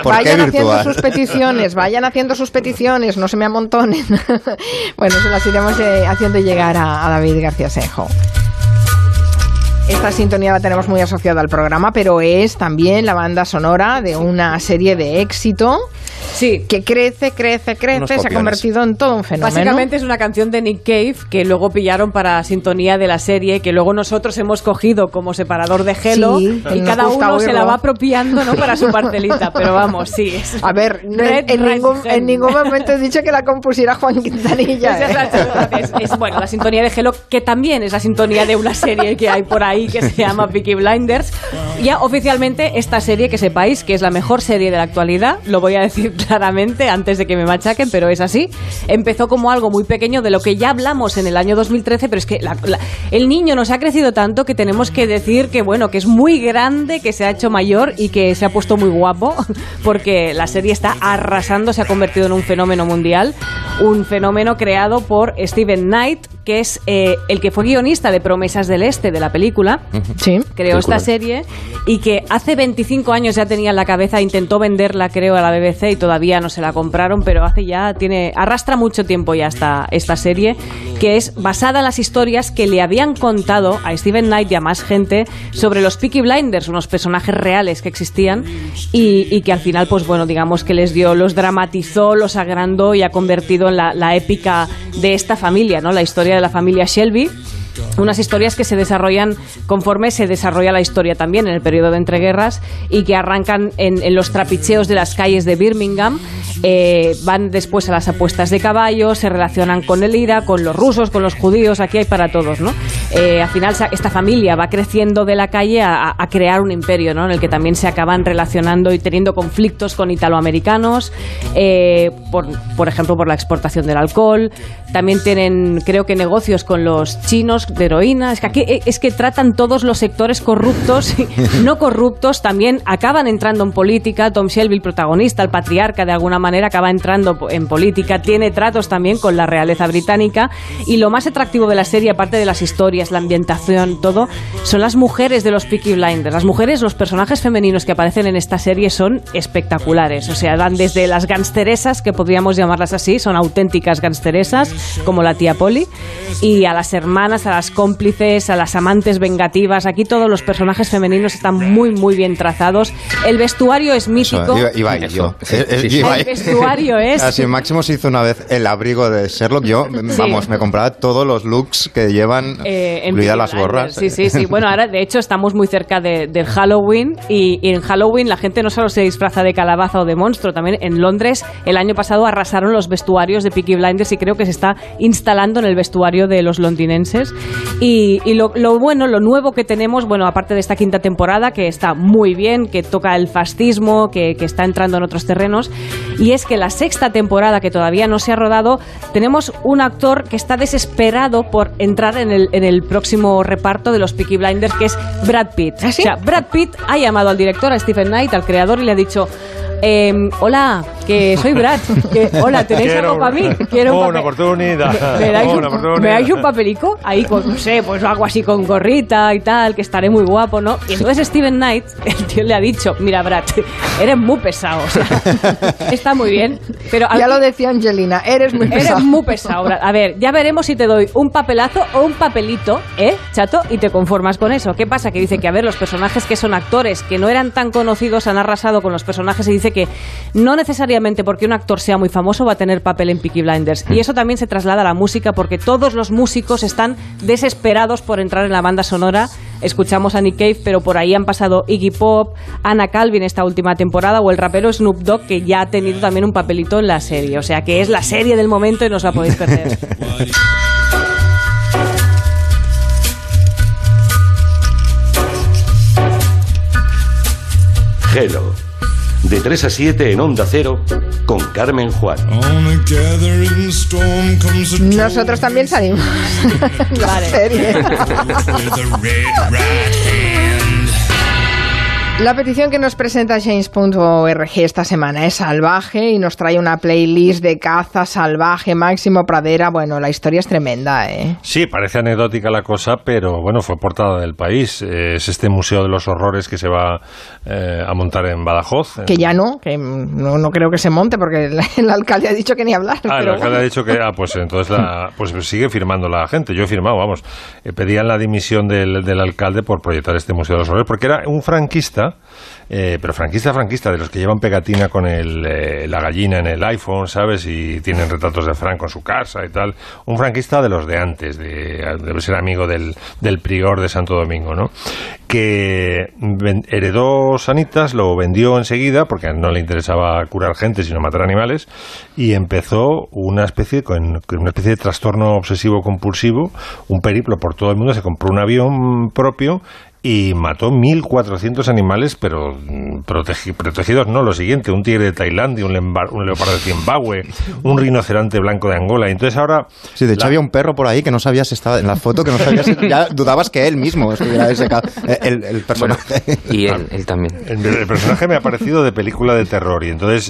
haciendo sus peticiones, no se me amontonen. Bueno, se las iremos haciendo llegar a David García Senjo. Esta sintonía la tenemos muy asociada al programa, pero es también la banda sonora de una serie de éxito Sí. Que crece, se ha convertido en todo un fenómeno. Básicamente es una canción de Nick Cave que luego pillaron para sintonía de la serie, que luego nosotros hemos cogido como separador de Hello, y cada uno se la va apropiando, ¿no? Para su parcelita, pero vamos, sí. A ver, en ningún momento he dicho que la compusiera Juan Quintanilla. Bueno, la sintonía de Hello, que también es la sintonía de una serie que hay por ahí que se llama Peaky Blinders. Ya oficialmente esta serie, que sepáis que es la mejor serie de la actualidad, lo voy a decir claramente antes de que me machaquen, pero es así. Empezó como algo muy pequeño, de lo que ya hablamos en el año 2013, pero es que el niño nos ha crecido tanto que tenemos que decir que bueno, que es muy grande, que se ha hecho mayor y que se ha puesto muy guapo, porque la serie está arrasando, se ha convertido en un fenómeno mundial, un fenómeno creado por Steven Knight, que es el que fue guionista de Promesas del Este, de la película. Sí. Creó esta serie y que hace 25 años ya tenía en la cabeza, intentó venderla, creo, a la BBC y todavía no se la compraron, pero arrastra mucho tiempo ya esta serie, que es basada en las historias que le habían contado a Steven Knight y a más gente sobre los Peaky Blinders, unos personajes reales que existían y que al final, pues bueno, digamos que los dramatizó, los agrandó y ha convertido en la épica de esta familia, ¿no? La historia de la familia Shelby. Unas historias que se desarrollan conforme se desarrolla la historia también en el periodo de entreguerras y que arrancan en los trapicheos de las calles de Birmingham, van después a las apuestas de caballos, se relacionan con el IRA, con los rusos, con los judíos, aquí hay para todos, ¿no? Al final esta familia va creciendo de la calle a crear un imperio, ¿no? En el que también se acaban relacionando y teniendo conflictos con italoamericanos, por ejemplo, por la exportación del alcohol. También tienen, creo que, negocios con los chinos de heroína. Es que tratan todos los sectores corruptos y no corruptos, también acaban entrando en política. Tom Shelby, el protagonista, el patriarca, de alguna manera acaba entrando en política, tiene tratos también con la realeza británica, y lo más atractivo de la serie, aparte de las historias, la ambientación, todo, son las mujeres de los Peaky Blinders. Las mujeres, los personajes femeninos que aparecen en esta serie son espectaculares, o sea, van desde las gangsteresas, que podríamos llamarlas así, son auténticas gangsteresas, como la tía Polly, y a las hermanas, a las cómplices, a las amantes vengativas. Aquí todos los personajes femeninos están muy, muy bien trazados. El vestuario es mítico. El vestuario es... Así, Máximo se hizo una vez el abrigo de Sherlock. Yo, me compraba todos los looks que llevan, incluidas las gorras. Sí. Bueno, ahora, de hecho, estamos muy cerca del Halloween, y en Halloween la gente no solo se disfraza de calabaza o de monstruo, también en Londres el año pasado arrasaron los vestuarios de Peaky Blinders, y creo que se está instalando en el vestuario de los londinenses. Y lo nuevo que tenemos, bueno, aparte de esta quinta temporada, que está muy bien, que toca el fascismo, que está entrando en otros terrenos, y es que la sexta temporada, que todavía no se ha rodado, tenemos un actor que está desesperado por entrar en el próximo reparto de los Peaky Blinders, que es Brad Pitt. ¿Ah, sí? O sea, Brad Pitt ha llamado al director, a Stephen Knight, al creador, y le ha dicho: hola, que soy Brad, hola, ¿tenéis algo para mí? Quiero una oportunidad. ¿Me dais un papelico? Ahí con, no sé, pues algo así con gorrita y tal, que estaré muy guapo, ¿no? Y entonces Steven Knight, el tío, le ha dicho: mira, Brad, eres muy pesado, o sea, está muy bien, pero... Ya lo decía Angelina, eres muy pesado. Eres muy pesado, Brad. A ver, ya veremos si te doy un papelazo o un papelito, chato, y te conformas con eso. ¿Qué pasa? Que dice que, a ver, los personajes que son actores, que no eran tan conocidos, han arrasado con los personajes, y dice que no necesariamente porque un actor sea muy famoso va a tener papel en Peaky Blinders. Y eso también se traslada a la música, porque todos los músicos están desesperados por entrar en la banda sonora. Escuchamos a Nick Cave, pero por ahí han pasado Iggy Pop, Anna Calvin esta última temporada, o el rapero Snoop Dogg, que ya ha tenido también un papelito en la serie. O sea que es la serie del momento y no os la podéis perder. Hello. De 3 a 7 en Onda Cero, con Carmen Juan. Nosotros también salimos. La serie. La petición que nos presenta James.org esta semana es salvaje y nos trae una playlist de caza salvaje, Máximo Pradera. Bueno, la historia es tremenda, ¿eh? Sí, parece anecdótica la cosa, pero bueno, fue portada del País. Es este Museo de los Horrores que se va a montar en Badajoz. Que ya no creo que se monte, porque el alcalde ha dicho que ni hablar. El alcalde ha dicho que, pues entonces pues sigue firmando la gente. Yo he firmado, vamos. Pedían la dimisión del alcalde por proyectar este Museo de los Horrores, porque era un franquista franquista, pero franquista, de los que llevan pegatina con la gallina en el iPhone, ¿sabes? Y tienen retratos de Franco en su casa y tal. Un franquista de los de antes, debe ser amigo del prior de Santo Domingo, ¿no? Que heredó Sanitas, lo vendió enseguida, porque no le interesaba curar gente, sino matar animales, y empezó una especie de trastorno obsesivo-compulsivo, un periplo por todo el mundo, se compró un avión propio y mató 1.400 animales, pero protegidos no, lo siguiente, un tigre de Tailandia, un leopardo de Zimbabue, un rinoceronte blanco de Angola. Y entonces ahora... Sí, de hecho había un perro por ahí que no sabías si estaba en la foto, que no sabías si, ya dudabas que él mismo estuviera el personaje. Bueno, y él también. El personaje me ha parecido de película de terror, y entonces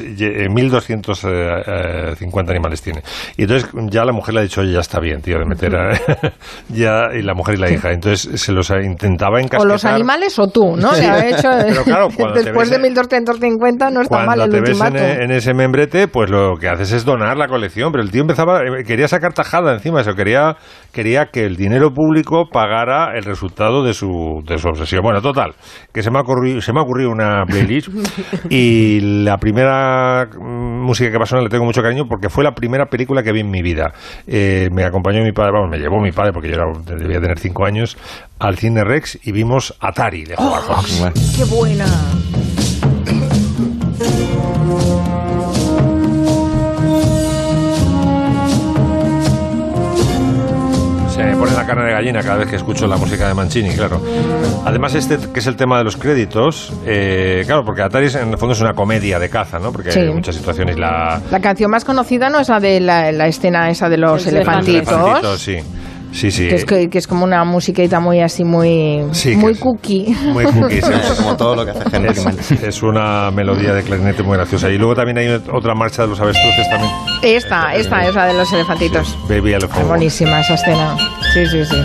1.250 animales tiene. Y entonces ya la mujer le ha dicho, oye, ya está bien, tío, de meter a... y la mujer y la hija. Entonces se los intentaba encasquetar. O los animales o tú, ¿no? Sí. Hecho, pero claro, después de 1.250 no está mal el ultimátum. Cuando te ves en ese membrete, pues lo que haces es donar la colección. Pero el tío quería sacar tajada encima, eso quería que el dinero público pagara el resultado de su obsesión. Bueno, total, que se me ha ocurrido una playlist y la primera música que pasó le tengo mucho cariño porque fue la primera película que vi en mi vida. Me acompañó mi padre, me llevó mi padre porque yo debía tener 5 años al Cine Rex y vimos Atari de Howard Hawks. ¡Qué buena! Se me pone la carne de gallina cada vez que escucho la música de Mancini, claro. Además, que es el tema de los créditos, claro, porque Atari en el fondo es una comedia de caza, ¿no? Porque hay muchas situaciones. La canción más conocida no es la de la escena esa de los elefantitos. Sí. Sí. Que es como una musiquita muy así, muy cookie. Muy cookie, sí. Como todo lo que hace Henry Mancini. Es una melodía de clarinete muy graciosa. Y luego también hay otra marcha de los avestruces también. Esta es la de los elefantitos. Sí, Baby Elephant. Es buenísima esa escena. Sí.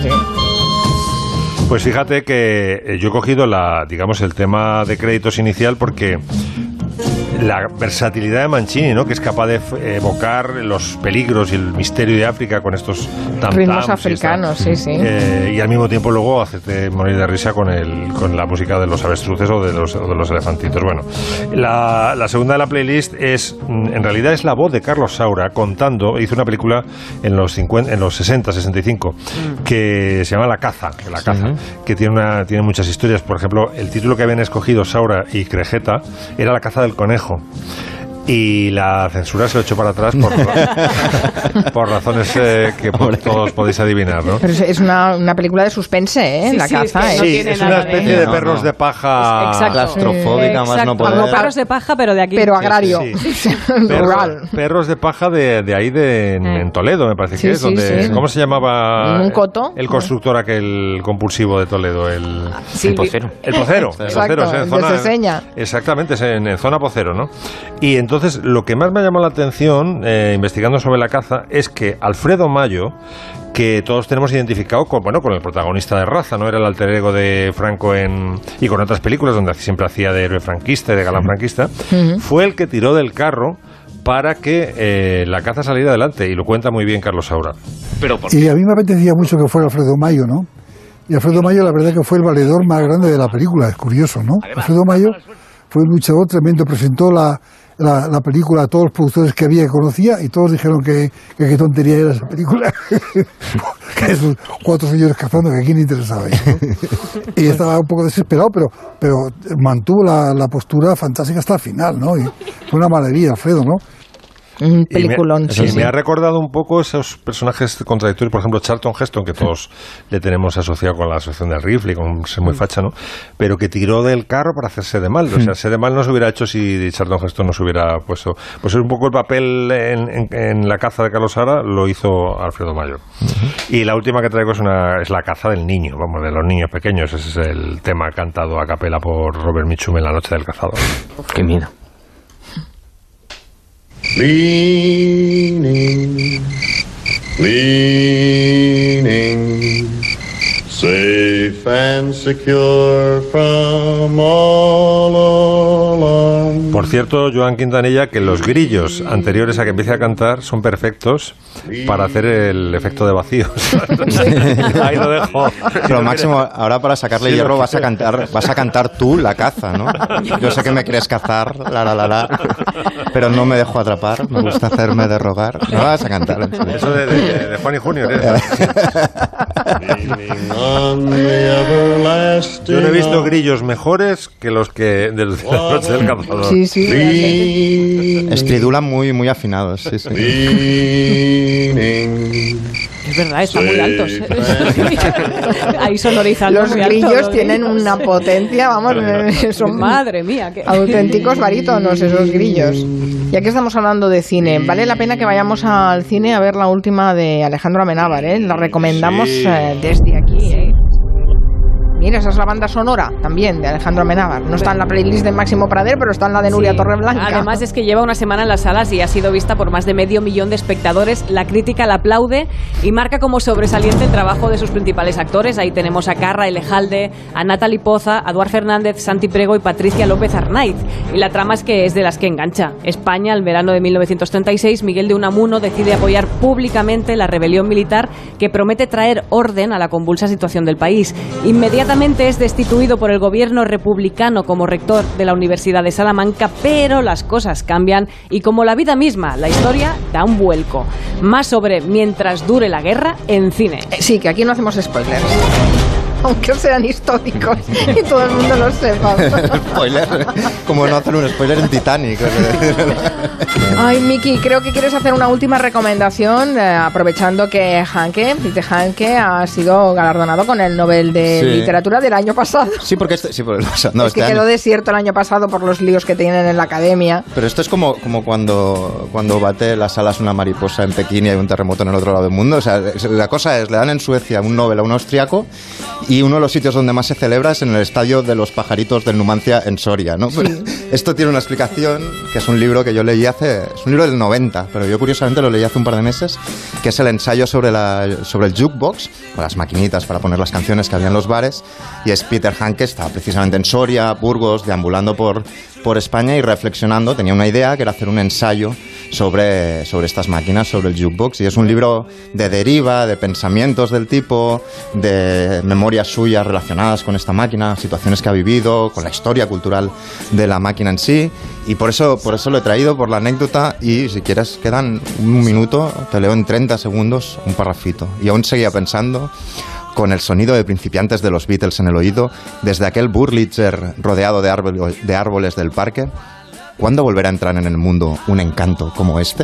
Pues fíjate que yo he cogido el tema de créditos inicial porque... la versatilidad de Mancini, ¿no? Que es capaz de evocar los peligros y el misterio de África con estos ritmos africanos, sí. Y al mismo tiempo luego hacerte morir de risa con la música de los avestruces o de los elefantitos. Bueno, la segunda de la playlist en realidad es la voz de Carlos Saura hizo una película en los 60, 65 que se llama La Caza, que tiene muchas historias. Por ejemplo, el título que habían escogido Saura y Crejeta era La caza del conejo. Y la censura se lo echó para atrás por razones que todos podéis adivinar, ¿no? Pero es una película de suspense, ¿eh? Sí, La caza, es sí, es una especie de perros de paja claustrofóbica, más no poder. Como perros de paja, pero de aquí. Pero agrario. Sí. Perros de paja de ahí en Toledo, me parece que es. Donde, ¿cómo se llamaba? Un coto. El constructor aquel compulsivo de Toledo, el Pocero. El Pocero. Exacto, de Seseña. Exactamente, es en zona Pocero, ¿no? Y entonces lo que más me ha llamado la atención investigando sobre la caza es que Alfredo Mayo, que todos tenemos identificado con el protagonista de Raza, ¿no? Era el alter ego de Franco y con otras películas donde siempre hacía de héroe franquista y de galán franquista, fue el que tiró del carro para que la caza saliera adelante, y lo cuenta muy bien Carlos Saura. Y a mí me apetecía mucho que fuera Alfredo Mayo, ¿no? Y Alfredo Mayo, la verdad que fue el valedor más grande de la película, es curioso, ¿no? Alfredo Mayo fue un luchador tremendo, presentó la película a todos los productores que había, que conocía, y todos dijeron que qué tontería era esa película. Que esos 4 señores cazando, que a quién le interesaba eso, ¿no? Y estaba un poco desesperado, pero mantuvo la postura fantástica hasta el final, ¿no? Y fue una maravilla, Alfredo, ¿no? Un peliculón. Me ha recordado un poco esos personajes contradictorios, por ejemplo Charlton Heston, que todos le tenemos asociado con la asociación del rifle y con ser muy facha, ¿no? Pero que tiró del carro para hacerse de mal. O sea, ser de mal no se hubiera hecho si Charlton Heston no se hubiera puesto. Pues es un poco el papel en la caza de Carlos Saura, lo hizo Alfredo Mayo. Y la última que traigo es la caza del niño, de los niños pequeños. Ese es el tema cantado a capela por Robert Mitchum en La noche del cazador. Qué miedo. Leaning, safe and secure from all alarm. Por cierto, Joan Quintanilla, que los grillos anteriores a que empiece a cantar son perfectos para hacer el efecto de vacíos. Ahí lo dejo. Pero Máximo, ahora para sacarle hierro vas a cantar tú la caza, ¿no? Yo sé que me quieres cazar, pero no me dejo atrapar, me gusta hacerme de rogar. No vas a cantar. Eso de Juan y Junior, ¿eh? Yo no he visto grillos mejores que los que de la noche del cazador. Sí, sí. Estridulan muy afinados, sí. Es verdad, están muy altos. Ahí sonorizan los grillos tienen una potencia, vamos, son madre mía, auténticos barítonos esos grillos. Ya que estamos hablando de cine, vale la pena que vayamos al cine a ver la última de Alejandro Amenábar, ¿eh? La recomendamos desde aquí, ¿eh? Mira, esa es la banda sonora también de Alejandro Amenábar. No está en la playlist de Máximo Prader, pero está en la de Nuria Torreblanca. Además es que lleva una semana en las salas y ha sido vista por más de 500.000 de espectadores. La crítica la aplaude y marca como sobresaliente el trabajo de sus principales actores. Ahí tenemos a Carra Elejalde, a Natalie Poza, a Eduard Fernández, Santi Prego y Patricia López Arnaiz. Y la trama es que es de las que engancha. España, el verano de 1936, Miguel de Unamuno decide apoyar públicamente la rebelión militar que promete traer orden a la convulsa situación del país. Inmediatamente es destituido por el gobierno republicano como rector de la Universidad de Salamanca, pero las cosas cambian y como la vida misma, la historia da un vuelco. Más sobre Mientras dure la guerra en cine. Sí, que aquí no hacemos spoilers. Aunque sean históricos y todo el mundo lo sepa. Spoiler, como no hacer un spoiler en Titanic. Ay, Miki, creo que quieres hacer una última recomendación, aprovechando que Peter Hanke ha sido galardonado con el Nobel de Literatura del año pasado. Sí, porque quedó desierto el año pasado por los líos que tienen en la academia. Pero esto es como cuando bate las alas una mariposa en Pekín y hay un terremoto en el otro lado del mundo. O sea, la cosa es, le dan en Suecia un Nobel a un austriaco. Y uno de los sitios donde más se celebra es en el estadio de los pajaritos del Numancia en Soria, ¿no? Sí. Esto tiene una explicación, que es un libro que yo leí es un libro del 90, pero yo curiosamente lo leí hace un par de meses, que es el ensayo sobre el jukebox, con las maquinitas para poner las canciones que había en los bares, y es Peter Hanke, estaba precisamente en Soria, Burgos, deambulando por España y reflexionando, tenía una idea que era hacer un ensayo sobre estas máquinas, sobre el jukebox, y es un libro de deriva, de pensamientos del tipo, de memorias suyas relacionadas con esta máquina, situaciones que ha vivido, con la historia cultural de la máquina en sí, y por eso lo he traído, por la anécdota, y si quieres quedan un minuto, te leo en 30 segundos un parrafito, y aún seguía pensando, con el sonido de principiantes de los Beatles en el oído, desde aquel Wurlitzer rodeado de árboles del parque, ¿cuándo volverá a entrar en el mundo un encanto como este?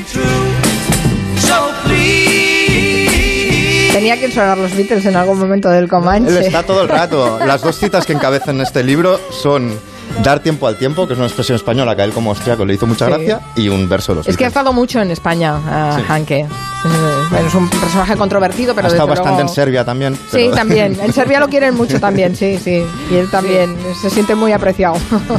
Tenía que sonar los Beatles en algún momento del Comanche. Él está todo el rato. Las dos citas que encabezan este libro son dar tiempo al tiempo, que es una expresión española que a él como austriaco le hizo mucha gracia, y un verso de los Beatles. Es que ha estado mucho en España, Hanke. Bueno, es un personaje controvertido, pero ha estado bastante en Serbia también. Pero... Sí, también. En Serbia lo quieren mucho también, sí. Y él también se siente muy apreciado.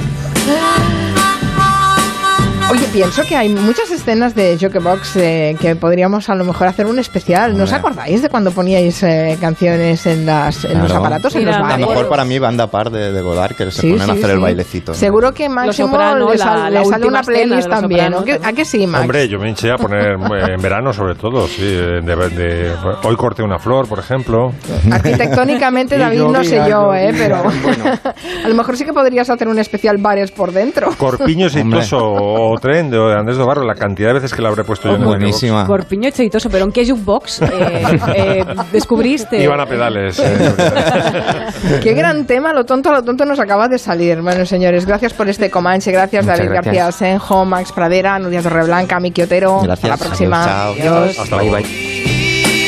Oye, pienso que hay muchas escenas de Jukebox que podríamos a lo mejor hacer un especial. ¿No os acordáis de cuando poníais canciones en los aparatos, en los bares? A lo mejor para mí Banda Par de Godard, que se ponen a hacer el bailecito. Seguro que Máximo le sale una playlist también. ¿A qué sí, Max? Hombre, yo me hinché a poner en verano sobre todo, sí. Hoy corté una flor, por ejemplo. Arquitectónicamente, David, no sé yo, pero bueno. A lo mejor sí que podrías hacer un especial bares por dentro. Corpiño Seitoso o Tren de Andrés Dobarro, la cantidad de veces que la habré puesto yo en buenísima. Corpiño Seitoso, pero ¿en qué jukebox descubriste? Iban a pedales. Qué gran tema, lo tonto nos acaba de salir. Bueno, señores, gracias por este Comanche, gracias David García Asenjo, Max Pradera, Nuria Torreblanca, Miki Otero. Gracias. Hasta la próxima. Adiós. Hasta luego. Bye.